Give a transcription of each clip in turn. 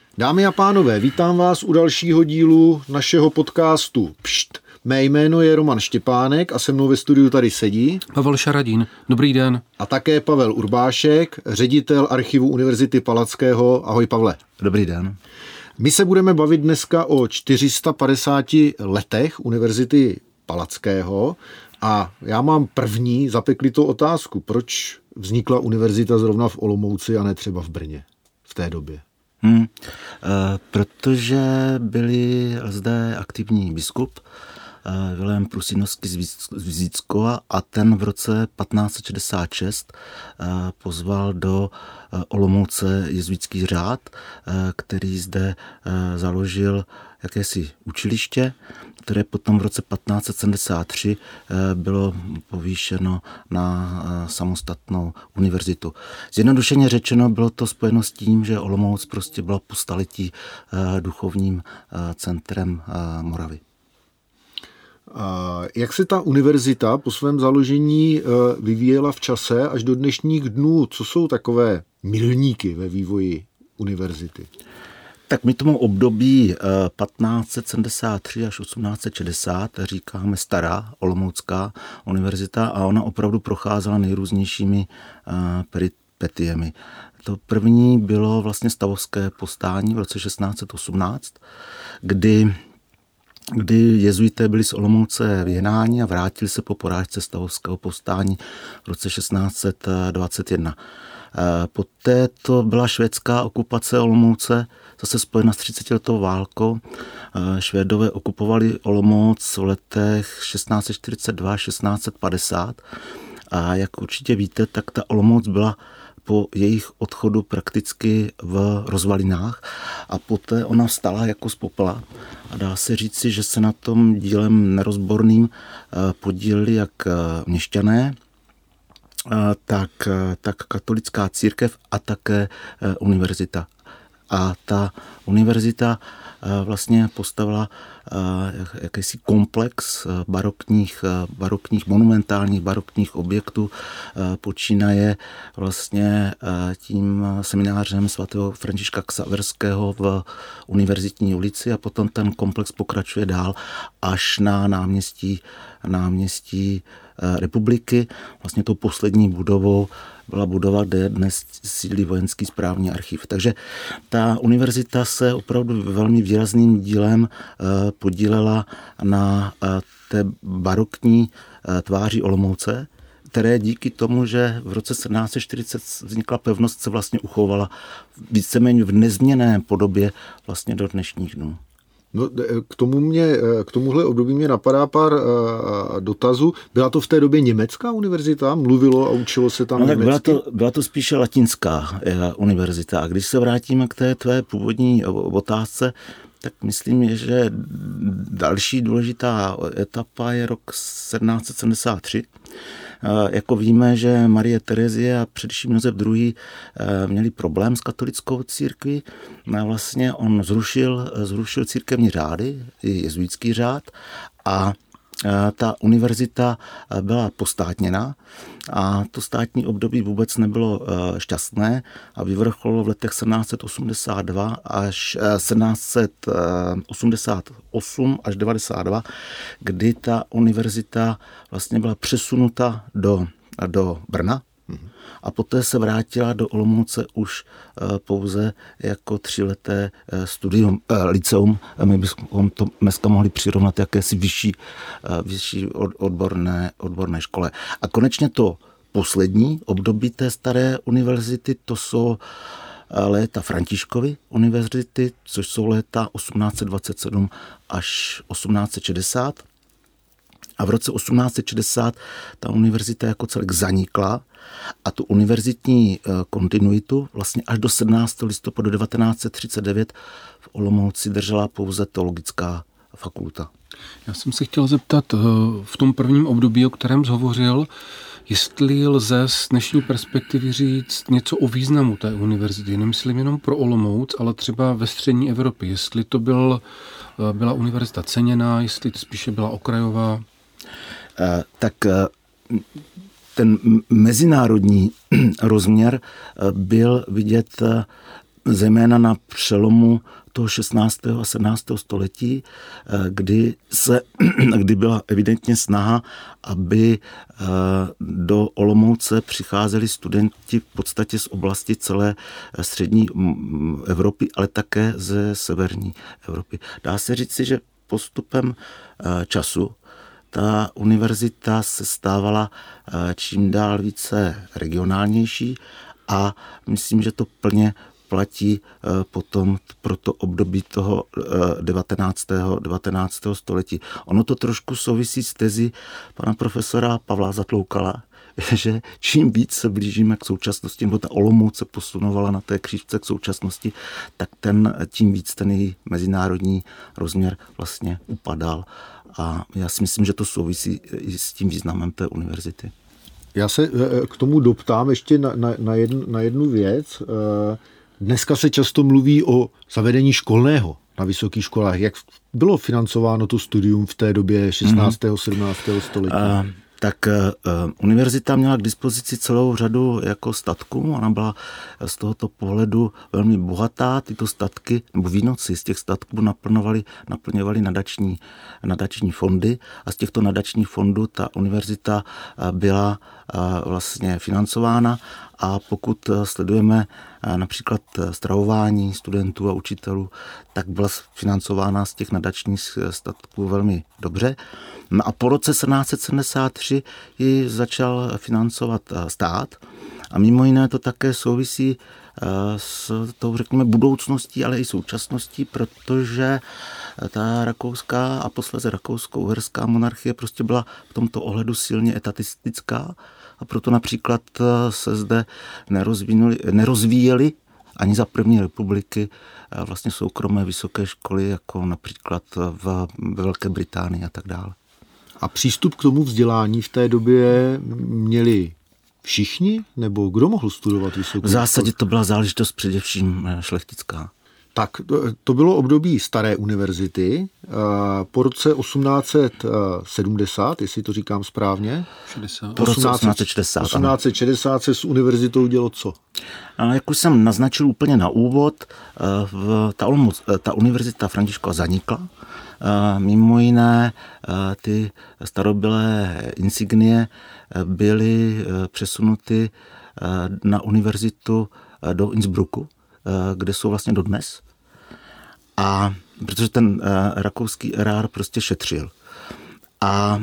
Dámy a pánové, vítám vás u dalšího dílu našeho podcastu Pšt. Mé jméno je Roman Štěpánek a se mnou ve studiu tady sedí Pavel Šaradín. Dobrý den. A také Pavel Urbášek, ředitel archivu Univerzity Palackého. Ahoj, Pavle. Dobrý den. My se budeme bavit dneska o 450 letech Univerzity Palackého a já mám první zapeklitou otázku. Proč vznikla univerzita zrovna v Olomouci a ne třeba v Brně v té době? Protože byli zde aktivní biskup Vilém Prusinovský z Vizíckova a ten v roce 1566 pozval do Olomouce jezuitský řád, který zde založil jakési učiliště, které potom v roce 1573 bylo povýšeno na samostatnou univerzitu. Zjednodušeně řečeno bylo to spojeno s tím, že Olomouc prostě byla po staletí duchovním centrem Moravy. Jak se ta univerzita po svém založení vyvíjela v čase až do dnešních dnů? Co jsou takové milníky ve vývoji univerzity? Tak my tomu období 1573 až 1860 říkáme stará Olomoucká univerzita a ona opravdu procházela nejrůznějšími peripetiemi. To první bylo vlastně stavovské povstání v roce 1618, kdy jezuité byli z Olomouce vyhnáni a vrátili se po porážce stavovského povstání v roce 1621. Poté to byla švédská okupace Olomouce, zase spojena s 30letou válkou. Švédové okupovali Olomouc v letech 1642-1650 a jak určitě víte, tak ta Olomouc byla po jejich odchodu prakticky v rozvalinách a poté ona vstala jako z popela a dá se říci, že se na tom dílem nerozborným podíleli jak měšťané, tak katolická církev a také univerzita. A ta univerzita vlastně postavila jakýsi komplex barokních, monumentálních barokních objektů, počínaje vlastně tím seminářem svatého Františka Xaverského v Univerzitní ulici a potom ten komplex pokračuje dál až na náměstí Republiky. Vlastně tou poslední budovou byla budova, kde dnes sídlí vojenský správní archiv. Takže ta univerzita se opravdu velmi výrazným dílem podílela na té barokní tváři Olomouce, které díky tomu, že v roce 1740 vznikla pevnost, se vlastně uchovala víceméně v nezměnné podobě vlastně do dnešních dnů. No, k tomuhle období mě napadá pár dotazů. Byla to v té době německá univerzita? Mluvilo a učilo se tam německy? Byla to spíše latinská univerzita. A když se vrátíme k té tvé původní otázce, tak myslím, že další důležitá etapa je rok 1773. Jako víme, že Marie Terezie a především Josef II. Měli problém s katolickou církví. Vlastně on zrušil církevní řády, jezuitský řád a ta univerzita byla postátněna a to státní období vůbec nebylo šťastné a vyvrcholilo v letech 1782 až 1788 až 92, kdy ta univerzita vlastně byla přesunuta do Brna a poté se vrátila do Olomouce už pouze jako 3leté studium, liceum. My bychom to dneska mohli přirovnat jakési vyšší odborné škole. A konečně to poslední období té staré univerzity, to jsou léta Františkovy univerzity, což jsou léta 1827 až 1860. A v roce 1860 ta univerzita jako celek zanikla a tu univerzitní kontinuitu vlastně až do 17. listopadu 1939 v Olomouci držela pouze teologická fakulta. Já jsem se chtěl zeptat, v tom prvním období, o kterém jsi hovořil, jestli lze z dnešní perspektivy říct něco o významu té univerzity. Nemyslím jenom pro Olomouc, ale třeba ve střední Evropě. Jestli to byla univerzita ceněná, jestli to spíše byla okrajová. Tak ten mezinárodní rozměr byl vidět zejména na přelomu toho 16. a 17. století, kdy byla evidentně snaha, aby do Olomouce přicházeli studenti v podstatě z oblasti celé střední Evropy, ale také ze severní Evropy. Dá se říci, že postupem času ta univerzita se stávala čím dál více regionálnější a myslím, že to plně platí potom pro to období toho 19. století. Ono to trošku souvisí s tezí pana profesora Pavla Zatloukala, že čím víc se blížíme k současnosti, nebo ta Olomouc se posunovala na té křivce k současnosti, tak tím víc ten její mezinárodní rozměr vlastně upadal. A já si myslím, že to souvisí i s tím významem té univerzity. Já se k tomu doptám ještě na jednu věc. Dneska se často mluví o zavedení školného na vysokých školách. Jak bylo financováno to studium v té době 16. 17. století? Univerzita měla k dispozici celou řadu jako statků. Ona byla z tohoto pohledu velmi bohatá. Tyto statky, nebo výnoci z těch statků naplňovaly nadační fondy a z těchto nadačních fondů ta univerzita byla vlastně financována. A pokud sledujeme například stravování studentů a učitelů, tak byla financována z těch nadačních statků velmi dobře. A po roce 1773 ji začal financovat stát a mimo jiné to také souvisí s tou, řekněme, budoucností, ale i současností, protože ta rakouská a posléze rakousko-uherská monarchie prostě byla v tomto ohledu silně etatistická a proto například se zde nerozvíjely ani za první republiky vlastně soukromé vysoké školy, jako například ve Velké Británii a tak dále. A přístup k tomu vzdělání v té době měli všichni, nebo kdo mohl studovat vysokou školu? V zásadě to byla záležitost především šlechtická. Tak to bylo období staré univerzity. Po roce 1870, jestli to říkám správně. 60. Po roce 1860. 1860 se s univerzitou dělo co? Jak už jsem naznačil úplně na úvod, ta univerzita Františkova zanikla. Mimo jiné ty starobylé insignie byly přesunuty na univerzitu do Innsbrucku, kde jsou vlastně dodnes. A protože ten rakouský erár prostě šetřil. A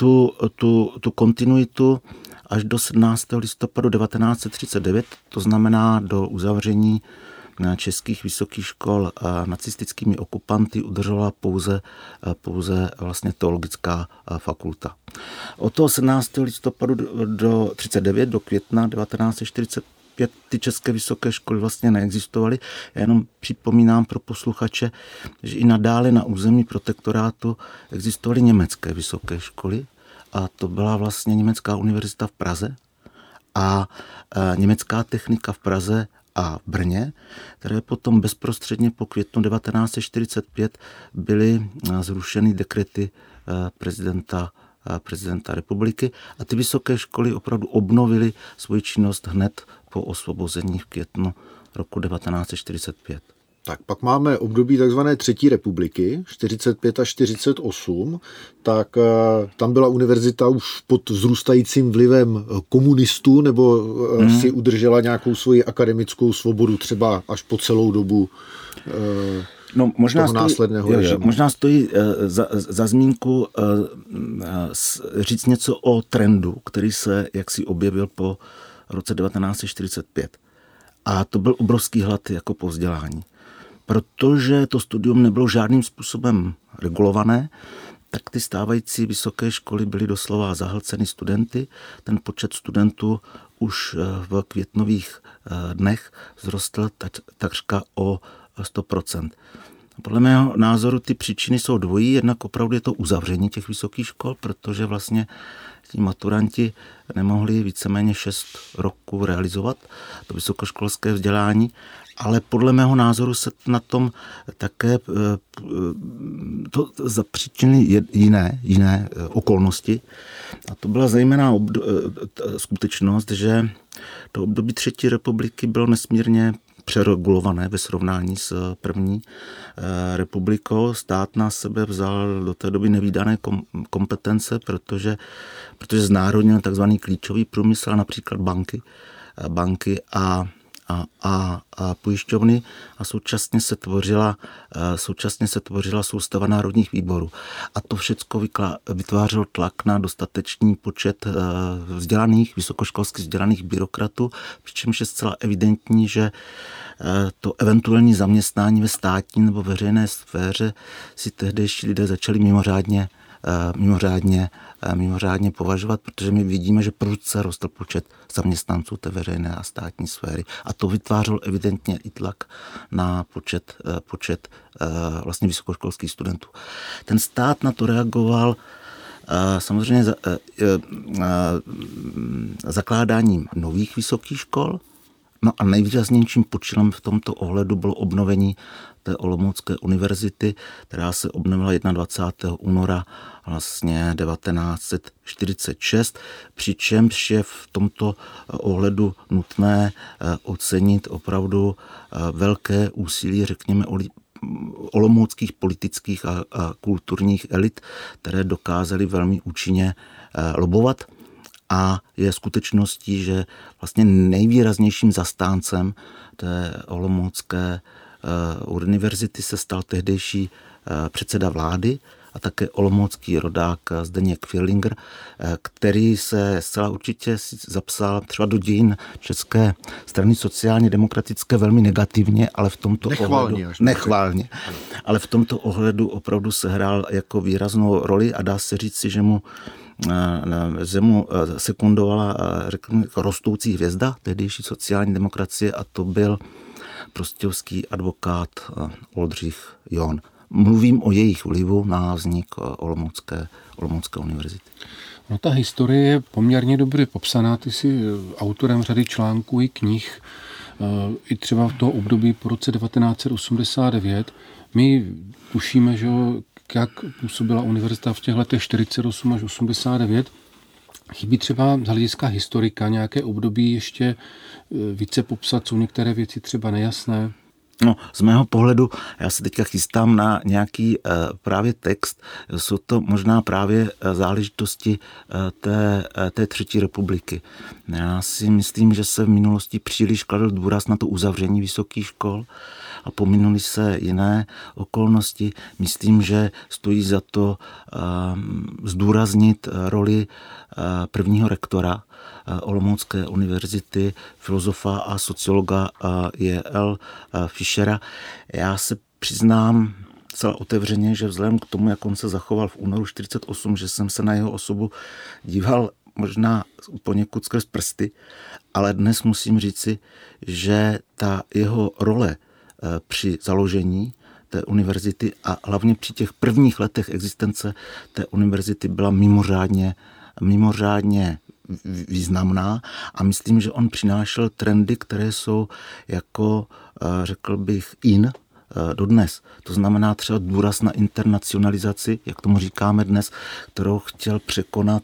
tu kontinuitu až do 17. listopadu 1939, to znamená do uzavření českých vysokých škol nacistickými okupanty, udržovala pouze vlastně teologická fakulta. Od toho 17. listopadu do 1939, do května 1945, ty české vysoké školy vlastně neexistovaly. Já jenom připomínám pro posluchače, že i nadále na území protektorátu existovaly německé vysoké školy a to byla vlastně Německá univerzita v Praze a Německá technika v Praze a v Brně, které potom bezprostředně po květnu 1945 byly zrušeny dekrety prezidenta republiky a ty vysoké školy opravdu obnovily svoji činnost hned po osvobození v květnu roku 1945. Tak pak máme období takzvané třetí republiky, 45 a 48, tak tam byla univerzita už pod vzrůstajícím vlivem komunistů, nebo si udržela nějakou svoji akademickou svobodu třeba až po celou dobu toho následného režimu. Možná stojí za zmínku říct něco o trendu, který se jaksi objevil po roce 1945. A to byl obrovský hlad jako po vzdělání. Protože to studium nebylo žádným způsobem regulované, tak ty stávající vysoké školy byly doslova zahlceny studenty. Ten počet studentů už v květnových dnech vzrostl takřka o 100%. Podle mého názoru ty příčiny jsou dvojí. Jednak opravdu je to uzavření těch vysokých škol, protože vlastně ti maturanti nemohli víceméně 6 roků realizovat to vysokoškolské vzdělání, ale podle mého názoru se na tom také to zapříčinily jiné okolnosti. A to byla zejména skutečnost, že to období třetí republiky bylo nesmírně přeregulované ve srovnání s první republikou. Stát na sebe vzal do té doby nevídané kompetence, protože znárodnil takzvaný klíčový průmysl, například banky a pojišťovny a současně se tvořila soustava národních výborů. A to všecko vytvářelo tlak na dostatečný počet vysokoškolsky vzdělaných byrokratů, přičemž je zcela evidentní, že to eventuální zaměstnání ve státní nebo veřejné sféře si tehdejší lidé začali mimořádně považovat, protože my vidíme, že prudce rostl počet zaměstnanců té veřejné a státní sféry. A to vytvářel evidentně i tlak na počet vlastně vysokoškolských studentů. Ten stát na to reagoval samozřejmě zakládáním nových vysokých škol. No a nejvýraznějším počinem v tomto ohledu bylo obnovení té Olomoucké univerzity, která se obnovila 21. února vlastně 1946, přičemž je v tomto ohledu nutné ocenit opravdu velké úsilí, řekněme, olomouckých politických a kulturních elit, které dokázaly velmi účinně lobovat. A je skutečností, že vlastně nejvýraznějším zastáncem té olomoucké univerzity se stal tehdejší předseda vlády a také olomoucký rodák Zdeněk Firlinger, který se zcela určitě zapsal třeba do dějin České strany sociálně demokratické velmi negativně, ale v tomto nechválně. Ale v tomto ohledu opravdu sehrál jako výraznou roli a dá se říct si, že mu sekundovala rostoucí hvězda tehdejší sociální demokracie a to byl prostějovský advokát Oldřich John. Mluvím o jejich vlivu na vznik Olomoucké univerzity. No, ta historie je poměrně dobře popsaná. Ty jsi autorem řady článků i knih, i třeba v toho období po roce 1989. My tušíme, že jak působila univerzita v těch letech 48 až 89. Chybí třeba z hlediska historika nějaké období ještě více popsat, jsou některé věci třeba nejasné? No, z mého pohledu, já se teďka chystám na nějaký právě text, jsou to možná právě záležitosti té třetí republiky. Já si myslím, že se v minulosti příliš kladl důraz na to uzavření vysokých škol a pominuli se jiné okolnosti. Myslím, že stojí za to zdůraznit roli prvního rektora Olomoucké univerzity, filozofa a sociologa J.L. Fischera. Já se přiznám celá otevřeně, že vzhledem k tomu, jak on se zachoval v únoru 1948, že jsem se na jeho osobu díval možná poněkud skrz prsty, ale dnes musím říci, že ta jeho role při založení té univerzity a hlavně při těch prvních letech existence té univerzity byla mimořádně významná a myslím, že on přinášel trendy, které jsou jako, řekl bych, dodnes. To znamená třeba důraz na internacionalizaci, jak tomu říkáme dnes, kterou chtěl překonat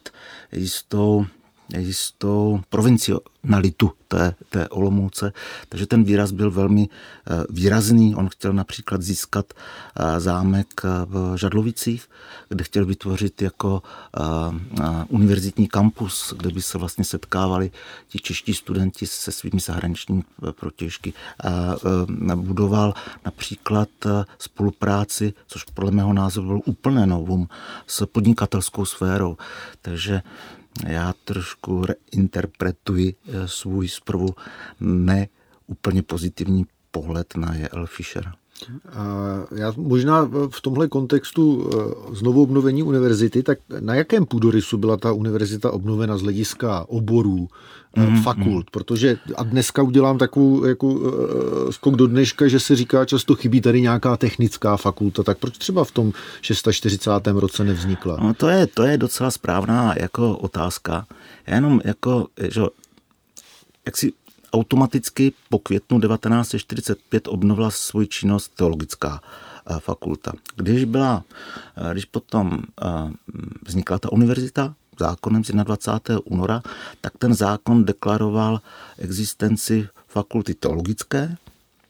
jistou provincionalitu té Olomouce. Takže ten výraz byl velmi výrazný. On chtěl například získat zámek v Žadlovicích, kde chtěl vytvořit jako univerzitní kampus, kde by se vlastně setkávali ti čeští studenti se svými zahraničními protěžky. Budoval například spolupráci, což podle mého názoru byl úplné novum, s podnikatelskou sférou. Takže já trošku reinterpretuji svůj zprvu neúplně pozitivní pohled na J.L. Fischera. Já možná v tomhle kontextu znovu obnovení univerzity, tak na jakém půdorysu byla ta univerzita obnovena z hlediska oborů, fakult? Protože a dneska udělám takovou jako skok do dneška, že se říká, často chybí tady nějaká technická fakulta, tak proč třeba v tom 46. roce nevznikla? No to je docela správná jako otázka. Já jenom jako, že jak si automaticky po květnu 1945 obnovila svoji činnost teologická fakulta. Když potom vznikla ta univerzita zákonem z 21. února, tak ten zákon deklaroval existenci fakulty teologické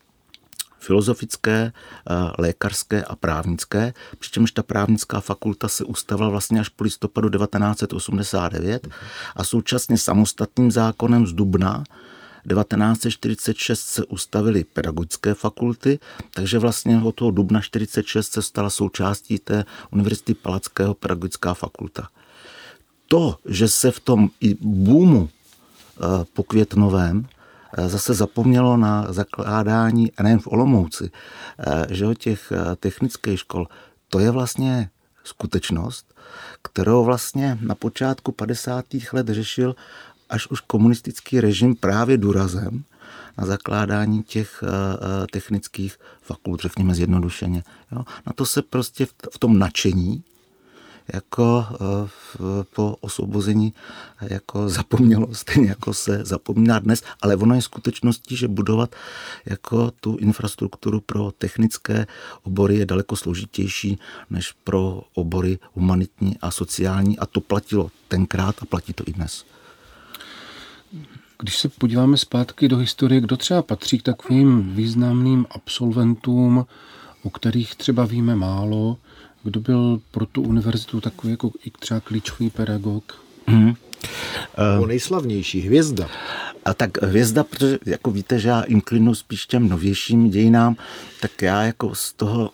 filozofické, lékařské a právnické, přičemž ta právnická fakulta se ustavila vlastně až po listopadu 1989 a současně samostatným zákonem z dubna 1946 se ustavily pedagogické fakulty, takže vlastně od toho dubna 1946 se stala součástí té Univerzity Palackého pedagogická fakulta. To, že se v tom i boomu pokvětnovém zase zapomnělo na zakládání, nejen v Olomouci, že těch technických škol, to je vlastně skutečnost, kterou vlastně na počátku 50. let řešil až už komunistický režim právě důrazem na zakládání těch technických fakult, řekněme zjednodušeně. Jo? Na to se prostě v tom nadšení jako po osvobození jako zapomnělo, stejně jako se zapomíná dnes, ale ono je skutečností, že budovat jako tu infrastrukturu pro technické obory je daleko složitější než pro obory humanitní a sociální a to platilo tenkrát a platí to i dnes. Když se podíváme zpátky do historie, kdo třeba patří k takovým významným absolventům, o kterých třeba víme málo, kdo byl pro tu univerzitu takový jako i třeba klíčový pedagog? Nejslavnější hvězda. A tak hvězda, protože jako víte, že já inklinu spíš těm novějším dějinám, tak já jako z toho,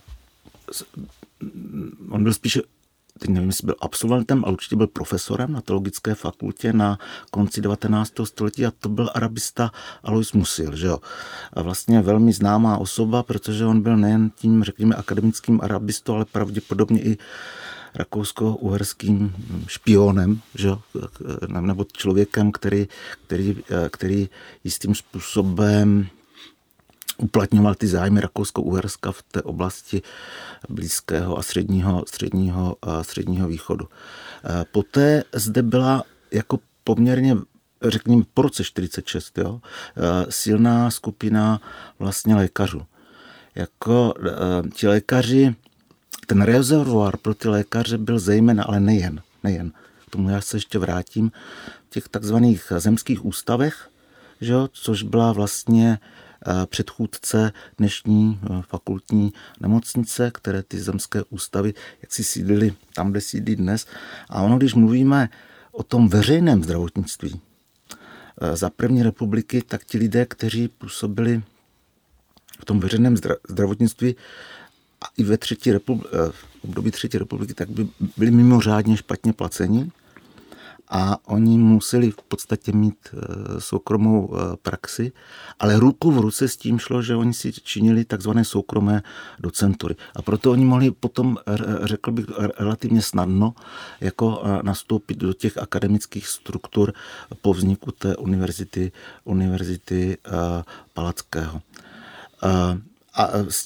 on byl spíš, teď nevím, jestli byl absolventem, ale určitě byl profesorem na teologické fakultě na konci 19. století a to byl arabista Alois Musil, že jo. A vlastně velmi známá osoba, protože on byl nejen tím, řekněme, akademickým arabistou, ale pravděpodobně i rakousko-uherským špionem, že jo, nebo člověkem, který jistým způsobem uplatňoval ty zájmy Rakousko-Uherska v té oblasti Blízkého a středního východu. Poté zde byla jako poměrně, řekněme, po roce 46, jo, silná skupina vlastně lékařů. Jako ti lékaři, ten rezervoár pro ty lékaře byl zejména, ale nejen. K tomu já se ještě vrátím, v těch takzvaných zemských ústavech, že jo, což byla vlastně předchůdce dnešní fakultní nemocnice, které ty zemské ústavy jak si sídlily tam, kde sídlí dnes. A ono, když mluvíme o tom veřejném zdravotnictví za první republiky, tak ti lidé, kteří působili v tom veřejném zdravotnictví a i v období třetí republiky, tak byli mimořádně špatně placeni. A oni museli v podstatě mít soukromou praxi, ale ruku v ruce s tím šlo, že oni si činili takzvané soukromé docentury. A proto oni mohli potom, řekl bych, relativně snadno jako nastoupit do těch akademických struktur po vzniku té univerzity Palackého. A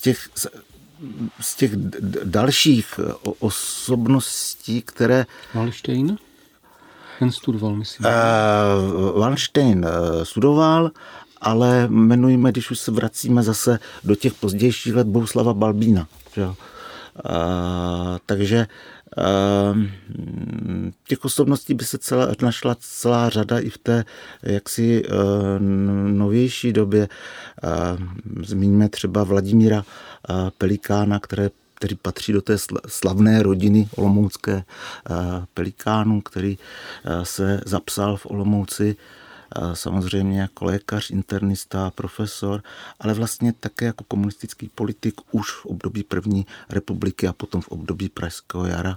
z těch dalších osobností, které... Wallenstein? Ten studoval, myslím. Wallenstein studoval, ale jmenujeme, když už se vracíme zase do těch pozdějších let, Bohuslava Balbína. Že? Takže těch osobností by se našla celá řada i v té jaksi novější době. Zmíníme třeba Vladimíra Pelikána, který patří do té slavné rodiny olomoucké Pelikánů, který se zapsal v Olomouci samozřejmě jako lékař, internista, profesor, ale vlastně také jako komunistický politik už v období první republiky a potom v období Pražského jara.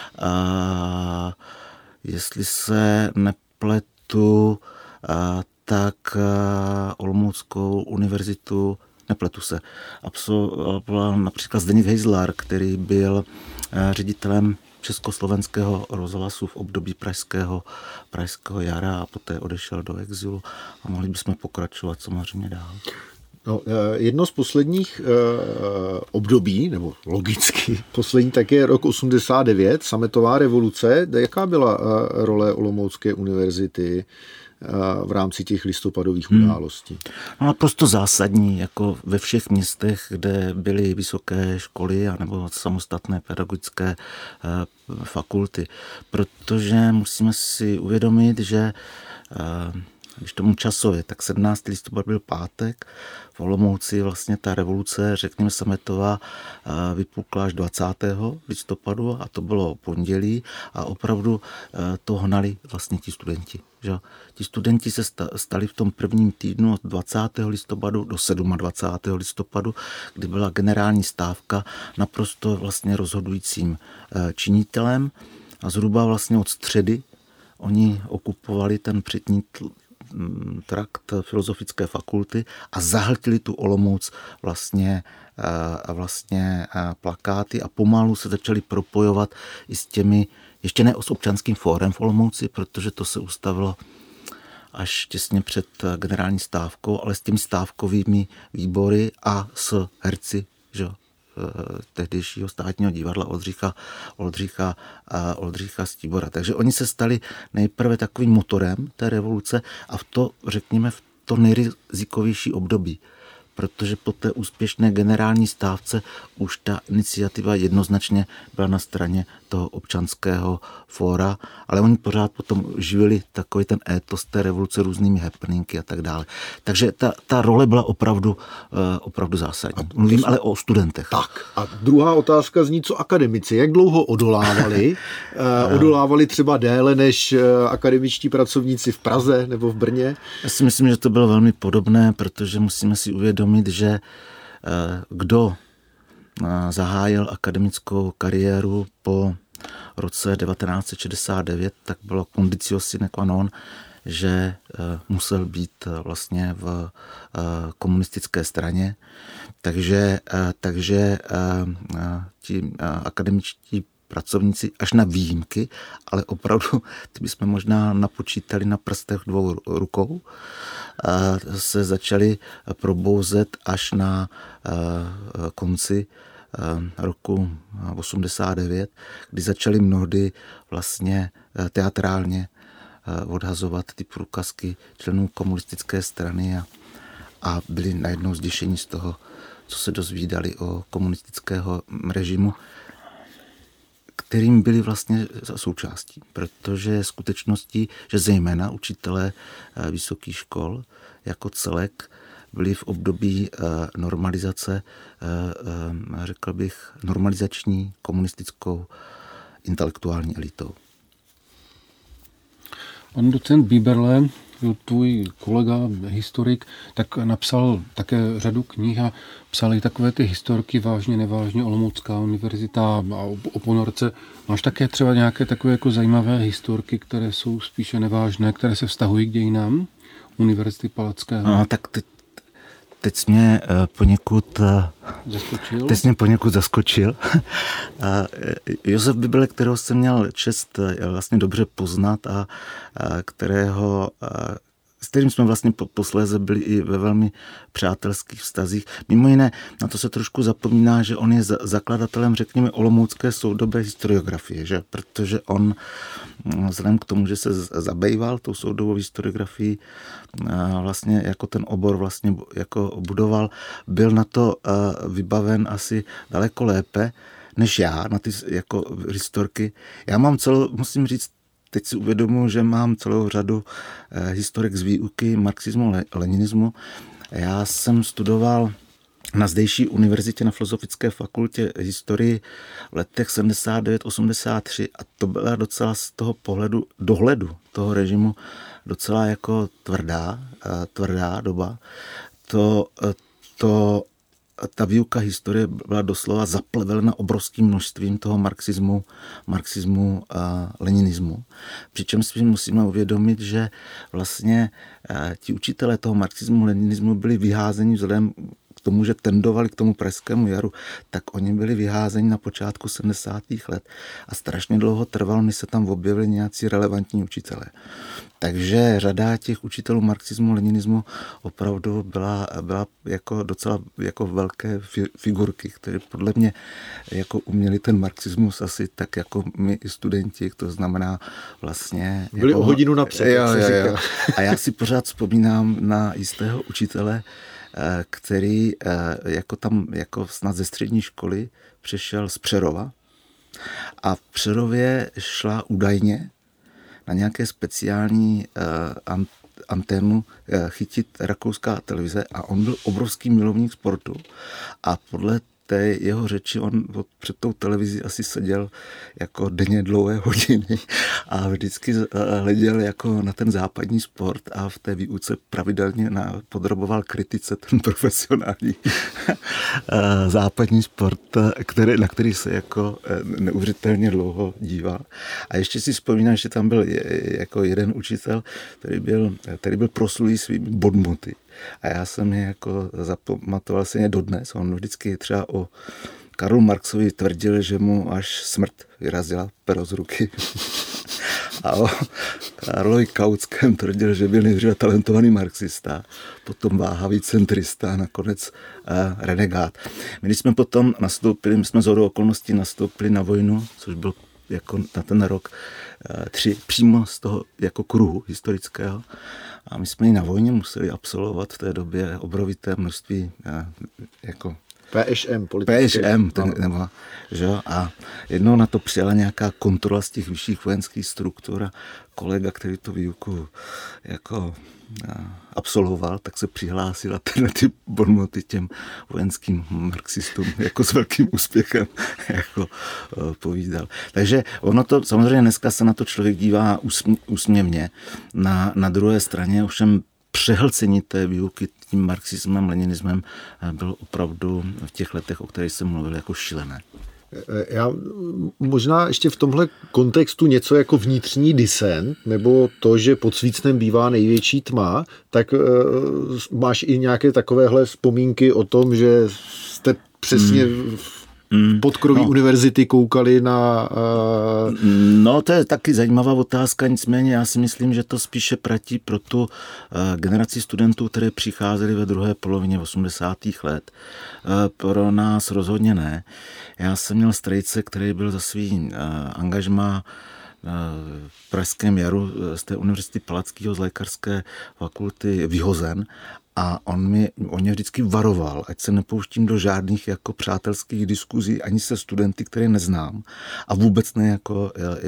Jestli se nepletu, tak Olomouckou univerzitu, nepletu se, absolvoval například Zdeněk Hejzlar, který byl ředitelem Československého rozhlasu v období Pražského jara a poté odešel do exilu a mohli bychom pokračovat samozřejmě dál. No, jedno z posledních období, nebo logicky poslední, tak je rok 89, sametová revoluce. Jaká byla role Olomoucké univerzity v rámci těch listopadových událostí? No, naprosto zásadní, jako ve všech městech, kde byly vysoké školy nebo samostatné pedagogické fakulty. Protože musíme si uvědomit, že když tomu časově, tak 17. listopad byl pátek, v Olomouci vlastně ta revoluce, řekněme sametová, vypukla až 20. listopadu a to bylo pondělí a opravdu to hnali vlastně ti studenti. Že? Ti studenti se stali v tom prvním týdnu od 20. listopadu do 27. listopadu, kdy byla generální stávka naprosto vlastně rozhodujícím činitelem a zhruba vlastně od středy oni okupovali ten přední trakt Filozofické fakulty a zahltili tu Olomouc vlastně plakáty a pomalu se začali propojovat i s těmi, ještě ne s občanským fórem v Olomouci, protože to se ustavilo až těsně před generální stávkou, ale s těmi stávkovými výbory a s herci, že tehdejšího státního divadla Oldřicha Stíbora. Takže oni se stali nejprve takovým motorem té revoluce a řekněme, v to nejrizikovější období. Protože po té úspěšné generální stávce už ta iniciativa jednoznačně byla na straně toho občanského fóra, ale oni pořád potom živili takový ten étos té revoluce různými happeningy a tak dále. Takže ta role byla opravdu zásadní. Mluvím ale o studentech. Tak a druhá otázka zní, co akademici, jak dlouho odolávali? Odolávali třeba déle než akademičtí pracovníci v Praze nebo v Brně? Já si myslím, že to bylo velmi podobné, protože musíme si uvědomit, že kdo zahájil akademickou kariéru po roce 1969, tak bylo conditio sine qua non, že musel být vlastně v komunistické straně. Takže ti akademičtí pracovníci až na výjimky, ale opravdu ty bychom možná napočítali na prstech 2 rukou, se začali probouzet až na konci roku 89, kdy začali mnohdy vlastně teatrálně odhazovat ty průkazky členů komunistické strany a byli najednou zděšení z toho, co se dozvídali o komunistického režimu, kterým byli vlastně součástí, protože je skutečností, že zejména učitelé vysokých škol jako celek byli v období normalizace, řekl bych, normalizační komunistickou intelektuální elitou. Pan docent Bíberle, tvůj kolega, historik, tak napsal také řadu knih a psal i takové ty historky vážně, nevážně, Olomoucká univerzita a o ponorce. Máš také třeba nějaké takové jako zajímavé historky, které jsou spíše nevážné, které se vztahují k dějinám Univerzity Palackého? No, tak teď jsi mě poněkud zaskočil. Josef Bíberle, kterého jsem měl čest vlastně dobře poznat a s kterým jsme vlastně posléze byli i ve velmi přátelských vztazích. Mimo jiné, na to se trošku zapomíná, že on je zakladatelem, řekněme, olomoucké soudobé historiografie, že? Protože on, vzhledem k tomu, že se zabýval tou soudobou historiografií, vlastně jako ten obor vlastně jako budoval, byl na to vybaven asi daleko lépe než já, na ty jako historky. Já mám musím říct, teď si uvědomuji, že mám celou řadu historik z výuky marxismu, leninismu. Já jsem studoval na zdejší univerzitě na Filozofické fakultě historii v letech 79-83 a to byla docela z toho dohledu toho režimu docela jako tvrdá doba. Ta výuka historie byla doslova zaplevelena obrovským množstvím toho marxismu a leninismu. Přičemž si musíme uvědomit, že vlastně ti učitelé toho marxismu, leninismu byli vyházeni vzhledem k tomu, že tendovali k tomu Pražskému jaru, tak oni byli vyházeni na počátku 70. let a strašně dlouho trvalo, než se tam objevili nějací relevantní učitelé. Takže řada těch učitelů marxismu, leninismu opravdu byla jako docela jako velké figurky, které podle mě jako uměli ten marxismus asi tak jako my studenti, to znamená vlastně... Byli jako, o hodinu napřed. Jo. A já si pořád vzpomínám na jistého učitele, který jako snad ze střední školy přešel z Přerova a v Přerově šla údajně na nějaké speciální anténu chytit rakouská televize a on byl obrovský milovník sportu a podle té jeho řeči on před tou televizí asi seděl jako denně dlouhé hodiny a vždycky hleděl jako na ten západní sport a v té výuce pravidelně podroboval kritice ten profesionální západní sport, na který se jako neuvěřitelně dlouho díval. A ještě si vzpomínám, že tam byl jako jeden učitel, který byl proslulý svými bodmoty. A já jsem je jako zapamatoval si je dodnes. On vždycky třeba o Karlu Marxovi tvrdil, že mu až smrt vyrazila pero z ruky. A o Karlovi Kautském tvrdil, že byl nejdříve talentovaný marxista, potom váhavý centrista a nakonec renegát. My jsme potom nastoupili, my jsme shodou okolností nastoupili na vojnu, což byl jako na ten rok 3 přímo z toho jako kruhu historického. A my jsme i na vojně museli absolvovat v té době obrovité množství jako PŠM, že? A jednou na to přijala nějaká kontrola z těch vyšších vojenských struktur a kolega, který tu výuku jako absolvoval, tak se přihlásil a ty bonmoty těm vojenským marxistům jako s velkým úspěchem jako povídal. Takže ono to, samozřejmě dneska se na to člověk dívá úsměvně. Na druhé straně ovšem přehlcení té výuky tím marxismem, leninismem bylo opravdu v těch letech, o kterých jsem mluvil, jako šílené. Já možná ještě v tomhle kontextu něco jako vnitřní disent, nebo to, že pod svícnem bývá největší tma, tak máš i nějaké takovéhle vzpomínky o tom, že jste přesně podkroví univerzity koukali na... No, to je taky zajímavá otázka, nicméně já si myslím, že to spíše platí pro tu generaci studentů, které přicházeli ve druhé polovině 80. let. Pro nás rozhodně ne. Já jsem měl strejce, který byl za svý angažmá v Pražském jaru z té univerzity Palackého z lékařské fakulty vyhozen a on mě vždycky varoval, ať se nepouštím do žádných jako přátelských diskuzí ani se studenty, které neznám a vůbec ne jako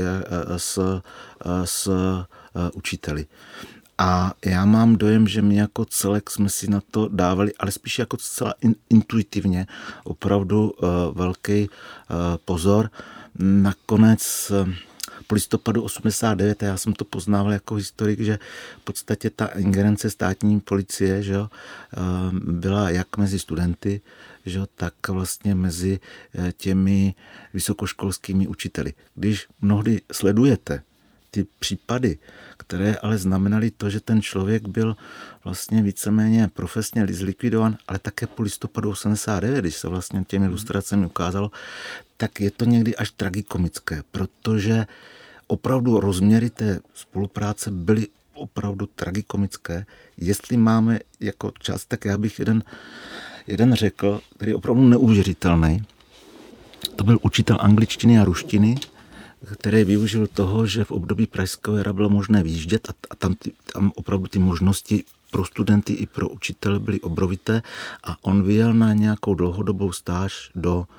s učiteli. A já mám dojem, že my jako celek jsme si na to dávali, ale spíš jako zcela intuitivně, opravdu velký pozor. Nakonec po listopadu 89, já jsem to poznával jako historik, že v podstatě ta ingerence státní policie, že jo, byla jak mezi studenty, že jo, tak vlastně mezi těmi vysokoškolskými učiteli. Když mnohdy sledujete ty případy, které ale znamenaly to, že ten člověk byl vlastně víceméně profesně zlikvidovan, ale také po listopadu 89, když se vlastně těmi ilustracemi ukázalo, tak je to někdy až tragikomické, protože opravdu rozměry té spolupráce byly opravdu tragikomické. Jestli máme jako čas, tak já bych jeden řekl, který je opravdu neuvěřitelný. To byl učitel angličtiny a ruštiny, který využil toho, že v období pražského jara bylo možné vyjíždět a tam opravdu ty možnosti pro studenty i pro učitele byly obrovité a on vyjel na nějakou dlouhodobou stáž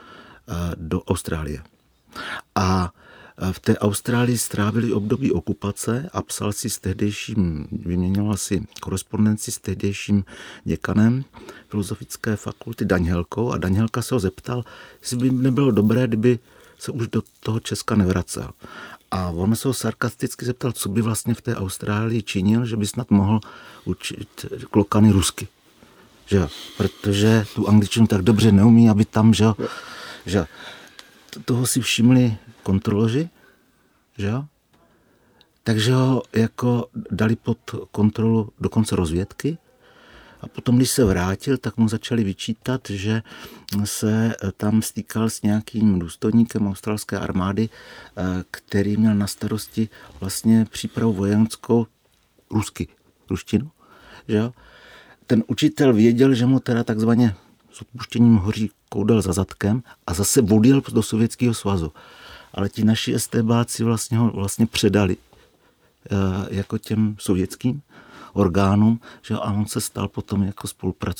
do Austrálie. A v té Austrálii strávili období okupace a psal si s tehdejším, vyměňoval si korespondenci s tehdejším děkanem filozofické fakulty Daňhelkou a Daňhelka se ho zeptal, jestli by nebylo dobré, kdyby se už do toho Česka nevracel. A on se ho sarkasticky zeptal, co by vlastně v té Austrálii činil, že by snad mohl učit klokany rusky. Že? Protože tu angličtinu tak dobře neumí, aby tam, že toho si všimli kontroloři, že? Takže ho jako dali pod kontrolu dokonce rozvědky. A potom, když se vrátil, tak mu začali vyčítat, že se tam stýkal s nějakým důstojníkem australské armády, který měl na starosti vlastně přípravu vojenskou ruštinu. Že? Ten učitel věděl, že mu teda takzvaně s odpuštěním hoří koudel za zadkem a zase odjel do Sovětského svazu. Ale ti naši STBáci ho předali jako těm sovětským orgánům, že a on se stal potom jako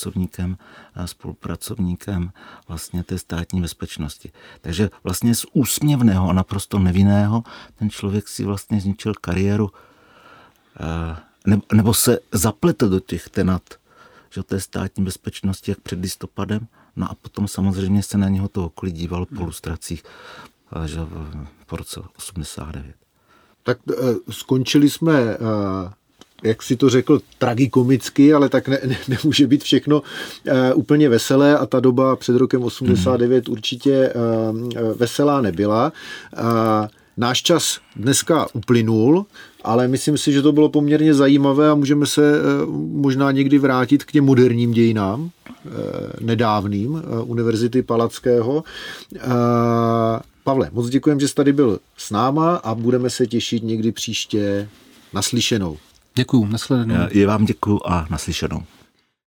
spolupracovníkem vlastně té státní bezpečnosti. Takže vlastně z úsměvného a naprosto nevinného ten člověk si vlastně zničil kariéru nebo se zaplete do těch témat, že té státní bezpečnosti, jak před listopadem, no a potom samozřejmě se na něho to okolí díval po lustracích, že po roce 89. Tak skončili jsme, jak si to řekl, tragikomicky, ale tak nemůže být všechno úplně veselé a ta doba před rokem 89 určitě veselá nebyla. Náš čas dneska uplynul, ale myslím si, že to bylo poměrně zajímavé a můžeme se možná někdy vrátit k těm moderním dějinám, nedávným Univerzity Palackého. Pavle, moc děkujem, že jsi tady byl s náma a budeme se těšit někdy příště naslyšenou. Děkuju, nashledanou. Já vám děkuju a naslyšenou.